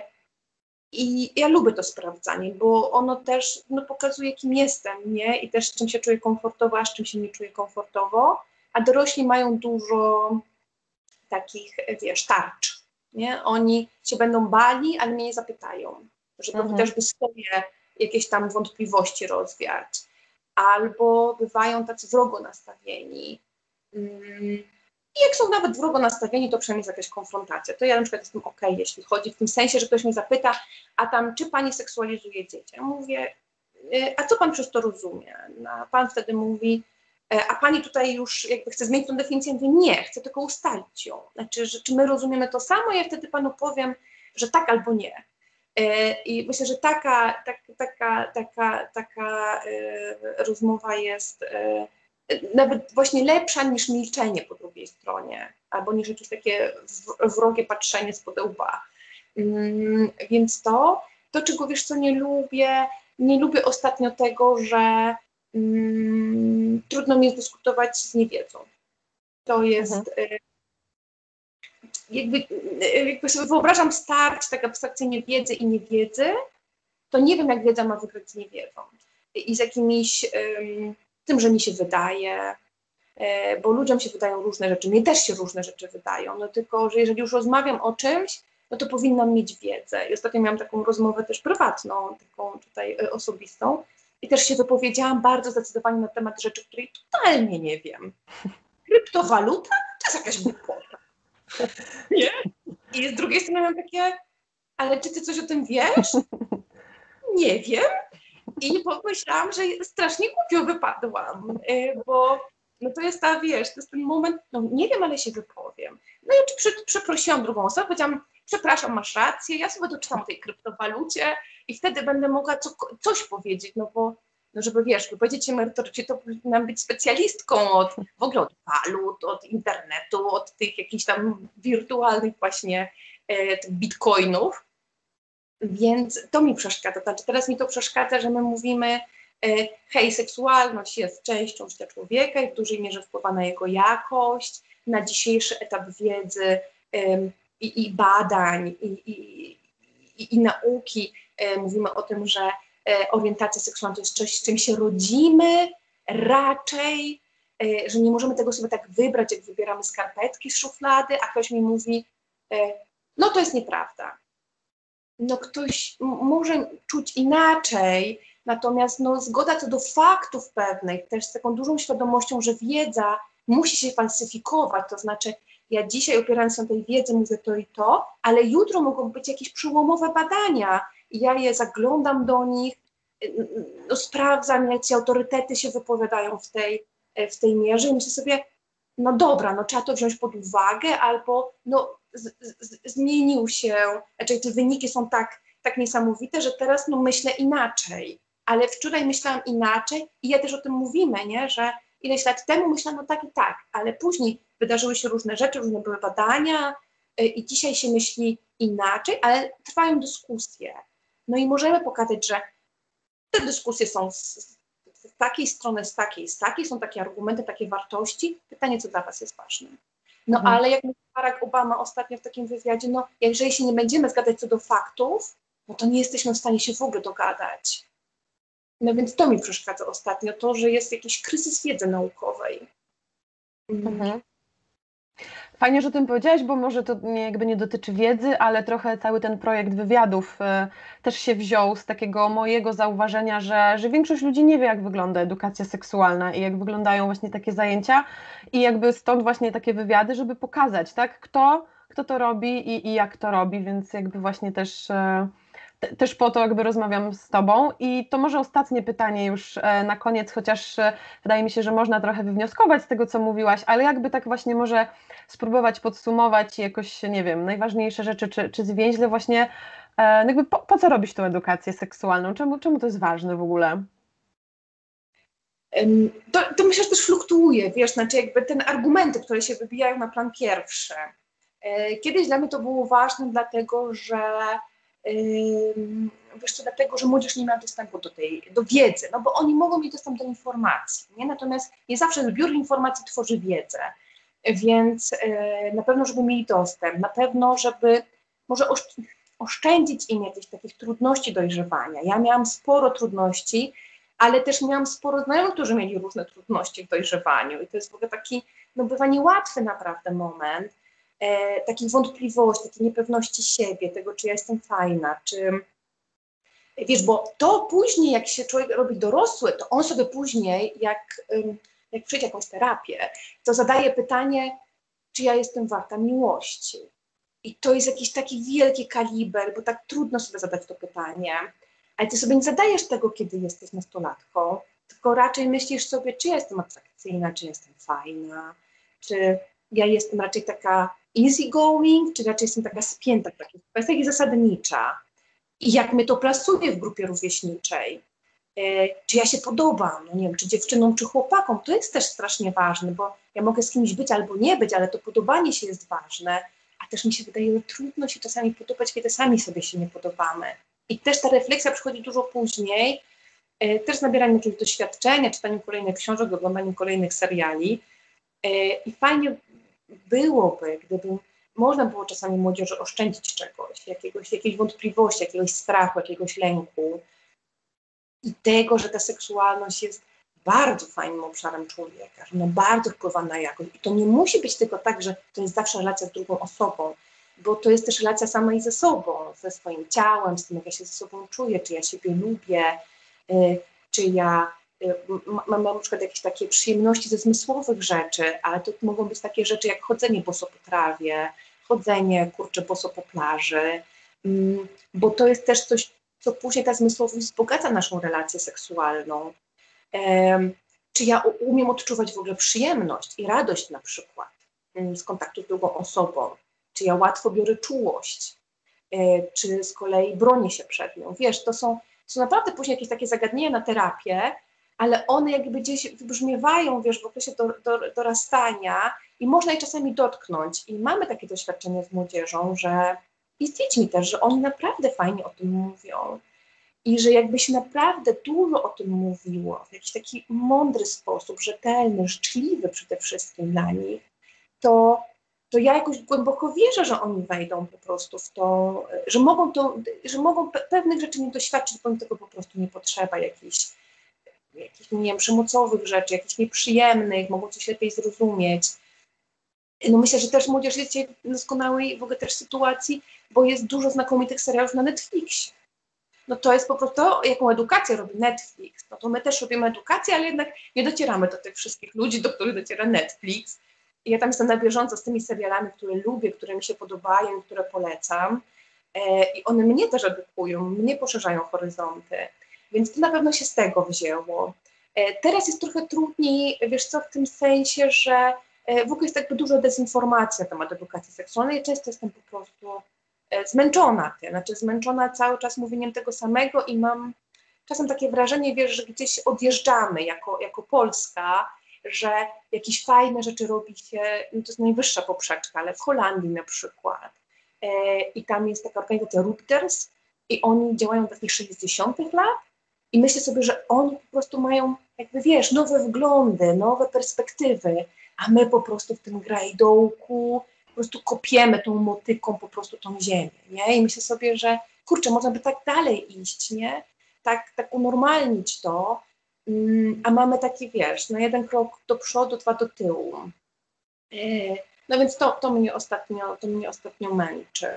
Speaker 2: I ja lubię to sprawdzanie, bo ono też no, pokazuje, kim jestem, nie? I też z czym się czuję komfortowo, a z czym się nie czuję komfortowo. A dorośli mają dużo takich, wiesz, tarcz, nie? Oni się będą bali, ale mnie nie zapytają, żeby
Speaker 1: Mhm.
Speaker 2: chociażby swoje jakieś tam wątpliwości rozwiać. Albo bywają tacy wrogo nastawieni. Mm. I jak są nawet wrogo nastawieni, to przynajmniej jest jakaś konfrontacja. To ja na przykład jestem okej, okay, jeśli chodzi w tym sensie, że ktoś mnie zapyta, a tam, czy pani seksualizuje dzieci? Ja mówię, a co pan przez to rozumie? No, a pan wtedy mówi, a pani tutaj już jakby chce zmienić tę definicję? Ja mówię, nie, chcę tylko ustalić ją. Znaczy, że, czy my rozumiemy to samo? Ja wtedy panu powiem, że tak albo nie. I myślę, że taka, tak, taka, taka, taka rozmowa jest nawet właśnie lepsza niż milczenie po drugiej stronie, albo niż jakieś takie wrogie patrzenie spod łba. Mm, więc to, to czego wiesz co nie lubię, nie lubię ostatnio tego, że mm, trudno mi jest dyskutować z niewiedzą. To jest mhm. y, jakby, y, jakby sobie wyobrażam starć tak abstrakcyjnie wiedzy i niewiedzy, to nie wiem jak wiedza ma wygrać z niewiedzą. I, i z jakimiś y, tym, że mi się wydaje, bo ludziom się wydają różne rzeczy, mnie też się różne rzeczy wydają, no tylko, że jeżeli już rozmawiam o czymś, no to powinnam mieć wiedzę. I ostatnio miałam taką rozmowę też prywatną, taką tutaj osobistą i też się wypowiedziałam bardzo zdecydowanie na temat rzeczy, której totalnie nie wiem. Kryptowaluta? To jest jakaś głupota. Nie? I z drugiej strony mam takie, ale czy ty coś o tym wiesz? Nie wiem. I pomyślałam, że strasznie głupio wypadłam, bo no to jest ta, wiesz, to jest ten moment, no nie wiem, ale się wypowiem. No i przy, przeprosiłam drugą osobę, powiedziałam, przepraszam, masz rację, ja sobie doczytam o tej kryptowalucie i wtedy będę mogła co, coś powiedzieć, no bo, no żeby, wiesz, wypowiedzieć się merytorycznie, to powinnam być specjalistką od, w ogóle od walut, od internetu, od tych jakichś tam wirtualnych właśnie e, tych bitcoinów. Więc to mi przeszkadza. Znaczy teraz mi to przeszkadza, że my mówimy, hej, seksualność jest częścią życia człowieka i w dużej mierze wpływa na jego jakość, na dzisiejszy etap wiedzy um, i, i badań i, i, i, i nauki. Um, mówimy o tym, że um, orientacja seksualna to jest coś, z czym się rodzimy raczej, um, że nie możemy tego sobie tak wybrać, jak wybieramy skarpetki z szuflady, a ktoś mi mówi, um, no to jest nieprawda. No ktoś może czuć inaczej, natomiast no, zgoda co do faktów pewnych, też z taką dużą świadomością, że wiedza musi się falsyfikować, to znaczy ja dzisiaj opierając się na tej wiedzy mówię to i to, ale jutro mogą być jakieś przełomowe badania i ja je zaglądam do nich, no, sprawdzam, jak ci autorytety się wypowiadają w tej, w tej mierze i myślę sobie, no dobra, no trzeba to wziąć pod uwagę, albo no z, z, zmienił się, znaczy te wyniki są tak, tak niesamowite, że teraz no myślę inaczej, ale wczoraj myślałam inaczej i ja też o tym mówimy, nie, że ileś lat temu myślałam, no tak i tak, ale później wydarzyły się różne rzeczy, różne były badania yy, i dzisiaj się myśli inaczej, ale trwają dyskusje. No i możemy pokazać, że te dyskusje są z, z takiej strony, z takiej, z takiej, są takie argumenty, takie wartości. Pytanie, co dla was jest ważne. No mhm. ale jak mówił Barack Obama ostatnio w takim wywiadzie, no jeżeli się nie będziemy zgadzać co do faktów, no to nie jesteśmy w stanie się w ogóle dogadać. No więc to mi przeszkadza ostatnio, to, że jest jakiś kryzys wiedzy naukowej.
Speaker 1: Mhm. Fajnie, że o tym powiedziałaś, bo może to nie, jakby nie dotyczy wiedzy, ale trochę cały ten projekt wywiadów y, też się wziął z takiego mojego zauważenia, że, że większość ludzi nie wie, jak wygląda edukacja seksualna i jak wyglądają właśnie takie zajęcia i jakby stąd właśnie takie wywiady, żeby pokazać, tak, kto, kto to robi i, i jak to robi, więc jakby właśnie też... Y, Też po to jakby rozmawiam z Tobą i to może ostatnie pytanie już na koniec, chociaż wydaje mi się, że można trochę wywnioskować z tego, co mówiłaś, ale jakby tak właśnie może spróbować podsumować jakoś, nie wiem, najważniejsze rzeczy, czy, czy zwięźle właśnie, jakby po, po co robić tą edukację seksualną, czemu, czemu to jest ważne w ogóle?
Speaker 2: To, to myślę, że też fluktuuje, wiesz, znaczy jakby ten argumenty, które się wybijają na plan pierwszy. Kiedyś dla mnie to było ważne, dlatego że wiesz co, dlatego, że młodzież nie miała dostępu do tej, do wiedzy, no bo oni mogą mieć dostęp do informacji, nie? Natomiast nie zawsze zbiór informacji tworzy wiedzę, więc na pewno, żeby mieli dostęp, na pewno, żeby może oszczędzić im jakichś takich trudności dojrzewania. Ja miałam sporo trudności, ale też miałam sporo znajomych, którzy mieli różne trudności w dojrzewaniu i to jest w ogóle taki, no bywa niełatwy naprawdę moment, e, takich wątpliwości, takiej niepewności siebie, tego, czy ja jestem fajna, czy wiesz, bo to później, jak się człowiek robi dorosły, to on sobie później, jak, jak przyjdzie jakąś terapię, to zadaje pytanie, czy ja jestem warta miłości. I to jest jakiś taki wielki kaliber, bo tak trudno sobie zadać to pytanie. Ale ty sobie nie zadajesz tego, kiedy jesteś nastolatką, tylko raczej myślisz sobie, czy ja jestem atrakcyjna, czy jestem fajna, czy ja jestem raczej taka easy going, czy raczej jestem taka spięta w takich kwestiach i zasadnicza. I jak mnie to plasuje w grupie rówieśniczej, yy, czy ja się podobam, no nie wiem, czy dziewczynom, czy chłopakom, to jest też strasznie ważne, bo ja mogę z kimś być albo nie być, ale to podobanie się jest ważne, a też mi się wydaje, że trudno się czasami podobać, kiedy sami sobie się nie podobamy. I też ta refleksja przychodzi dużo później, yy, też z nabieraniem jakiegoś doświadczenia, czytaniem kolejnych książek, oglądaniem kolejnych seriali. Yy, I fajnie byłoby, gdyby można było czasami młodzieży oszczędzić czegoś, jakiegoś, jakiejś wątpliwości, jakiegoś strachu, jakiegoś lęku i tego, że ta seksualność jest bardzo fajnym obszarem człowieka, że ona bardzo wpływa na jakość. I to nie musi być tylko tak, że to jest zawsze relacja z drugą osobą, bo to jest też relacja samej ze sobą, ze swoim ciałem, z tym, jak ja się ze sobą czuję, czy ja siebie lubię, y, czy ja y, mam na przykład jakieś takie przyjemności ze zmysłowych rzeczy, ale to mogą być takie rzeczy jak chodzenie boso po trawie, chodzenie, kurczę, boso po plaży, y, bo to jest też coś, co później ta zmysłowość wzbogaca naszą relację seksualną. Um, czy ja umiem odczuwać w ogóle przyjemność i radość na przykład um, z kontaktu z drugą osobą, czy ja łatwo biorę czułość, um, czy z kolei bronię się przed nią. Wiesz, to są, są naprawdę później jakieś takie zagadnienia na terapię, ale one jakby gdzieś wybrzmiewają, wiesz, w okresie do, do, dorastania i można je czasami dotknąć. I mamy takie doświadczenie z młodzieżą, że i z dziećmi też, że oni naprawdę fajnie o tym mówią. I że jakby się naprawdę dużo o tym mówiło, w jakiś taki mądry sposób, rzetelny, życzliwy przede wszystkim dla nich, to, to ja jakoś głęboko wierzę, że oni wejdą po prostu w to, że mogą, to, że mogą pe- pewnych rzeczy nie doświadczyć, bo im tego po prostu nie potrzeba, jakichś, jakichś nie wiem, przemocowych rzeczy, jakichś nieprzyjemnych, mogą coś lepiej zrozumieć. No myślę, że też młodzież jest w doskonałej w ogóle też sytuacji, bo jest dużo znakomitych serialów na Netflixie. No to jest po prostu to, jaką edukację robi Netflix. No to my też robimy edukację, ale jednak nie docieramy do tych wszystkich ludzi, do których dociera Netflix. I ja tam jestem na bieżąco z tymi serialami, które lubię, które mi się podobają, które polecam. E, I one mnie też edukują, mnie poszerzają horyzonty. Więc to na pewno się z tego wzięło. E, teraz jest trochę trudniej, wiesz co, w tym sensie, że e, w ogóle jest jakby dużo dezinformacji na temat edukacji seksualnej. Ja często jestem po prostu zmęczona tym, znaczy zmęczona cały czas mówieniem tego samego i mam czasem takie wrażenie, wiesz, że gdzieś odjeżdżamy jako, jako Polska, że jakieś fajne rzeczy robi się, no to jest najwyższa poprzeczka, ale w Holandii na przykład e, i tam jest taka organizacja Rutgers i oni działają od takich sześćdziesiątych lat i myślę sobie, że oni po prostu mają jakby, wiesz, nowe wglądy, nowe perspektywy, a my po prostu w tym grajdołku po prostu kopiemy tą motyką po prostu tą ziemię, nie? I myślę sobie, że kurczę, można by tak dalej iść, nie? Tak, tak unormalnić to, um, a mamy taki, wiesz, no jeden krok do przodu, dwa do tyłu. Yy, no więc to, to, mnie ostatnio, to mnie ostatnio męczy.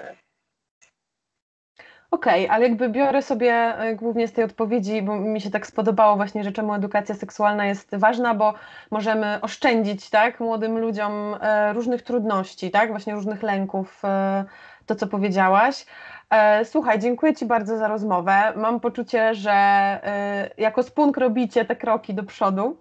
Speaker 1: Okej, okay, ale jakby biorę sobie głównie z tej odpowiedzi, bo mi się tak spodobało właśnie, że czemu edukacja seksualna jest ważna, bo możemy oszczędzić, tak, młodym ludziom różnych trudności, tak, właśnie różnych lęków, to co powiedziałaś. Słuchaj, dziękuję Ci bardzo za rozmowę. Mam poczucie, że jako Spunk robicie te kroki do przodu.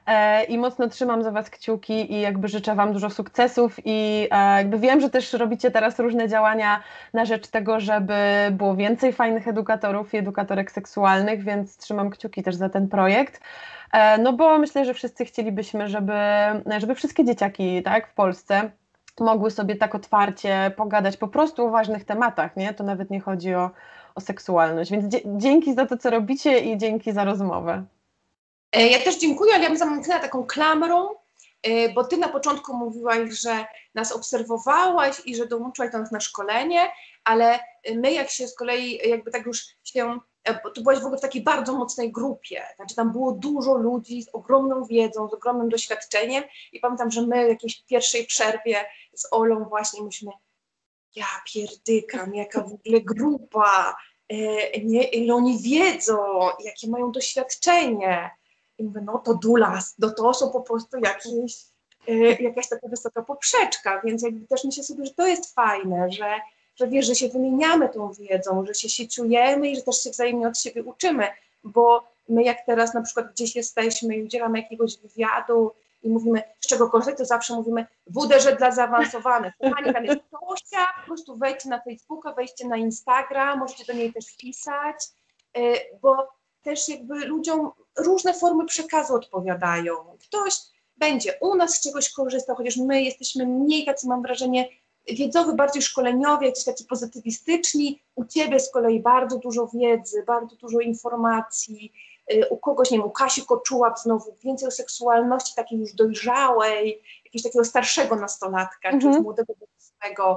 Speaker 1: e, i mocno trzymam za Was kciuki i jakby życzę Wam dużo sukcesów i e, jakby wiem, że też robicie teraz różne działania na rzecz tego, żeby było więcej fajnych edukatorów i edukatorek seksualnych, więc trzymam kciuki też za ten projekt. E, no bo myślę, że wszyscy chcielibyśmy, żeby, żeby wszystkie dzieciaki, tak, w Polsce mogły sobie tak otwarcie pogadać po prostu o ważnych tematach, nie? To nawet nie chodzi o, o seksualność. Więc dzie- dzięki za to, co robicie i dzięki za rozmowę.
Speaker 2: E, Ja też dziękuję, ale ja bym zamknęła taką klamrą, e, bo ty na początku mówiłaś, że nas obserwowałaś i że dołączyłaś do nas na szkolenie, ale my jak się z kolei jakby tak już się, e, bo tu byłaś w ogóle w takiej bardzo mocnej grupie, znaczy tam było dużo ludzi z ogromną wiedzą, z ogromnym doświadczeniem i pamiętam, że my w jakiejś pierwszej przerwie z Olą właśnie myśmy, ja pierdykam, jaka w ogóle grupa, e, nie, ile oni wiedzą, jakie mają doświadczenie. I mówię, no to dulas, no to są po prostu jakieś, e, jakaś taka wysoka poprzeczka, więc jakby też myślę sobie, że to jest fajne, że, że wiesz, że się wymieniamy tą wiedzą, że się sieciujemy i że też się wzajemnie od siebie uczymy, bo my jak teraz na przykład gdzieś jesteśmy i udzielamy jakiegoś wywiadu i mówimy, z czego korzystać, to zawsze mówimy w uderze dla zaawansowanych. Kochani, tam jest Tosia, po prostu wejdźcie na Facebooka, wejdźcie na Instagram, możecie do niej też pisać, y, bo też jakby ludziom różne formy przekazu odpowiadają. Ktoś będzie u nas z czegoś korzystał, chociaż my jesteśmy mniej tacy, mam wrażenie, wiedzowy, bardziej szkoleniowi, jacyś tacy pozytywistyczni. U ciebie z kolei bardzo dużo wiedzy, bardzo dużo informacji, u kogoś, nie wiem, u Kasi Koczułap znowu więcej o seksualności takiej już dojrzałej, jakiegoś takiego starszego nastolatka, czy już
Speaker 1: Mhm.
Speaker 2: młodego dorosłego,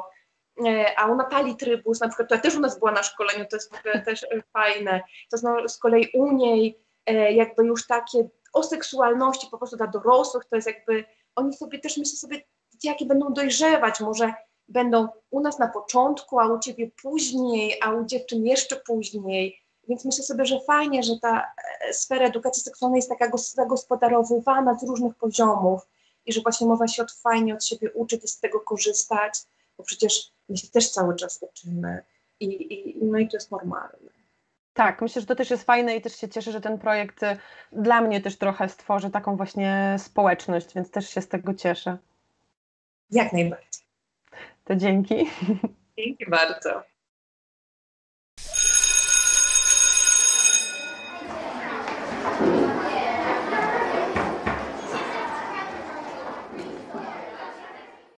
Speaker 2: a u Natalii Trybus, na przykład, która też u nas była na szkoleniu, to jest w ogóle też fajne, to z kolei u niej jakby już takie o seksualności po prostu dla dorosłych, to jest jakby, oni sobie też, myślę sobie, jakie będą dojrzewać, może będą u nas na początku, a u ciebie później, a u dziewczyn jeszcze później, więc myślę sobie, że fajnie, że ta sfera edukacji seksualnej jest taka zagospodarowywana z różnych poziomów i że właśnie można się od, fajnie od siebie uczyć i z tego korzystać, bo przecież my się też cały czas uczymy i, i, no i to jest normalne.
Speaker 1: Tak, myślę, że to też jest fajne i też się cieszę, że ten projekt y, dla mnie też trochę stworzy taką właśnie społeczność, więc też się z tego cieszę.
Speaker 2: Jak najbardziej.
Speaker 1: To dzięki.
Speaker 2: Dzięki bardzo.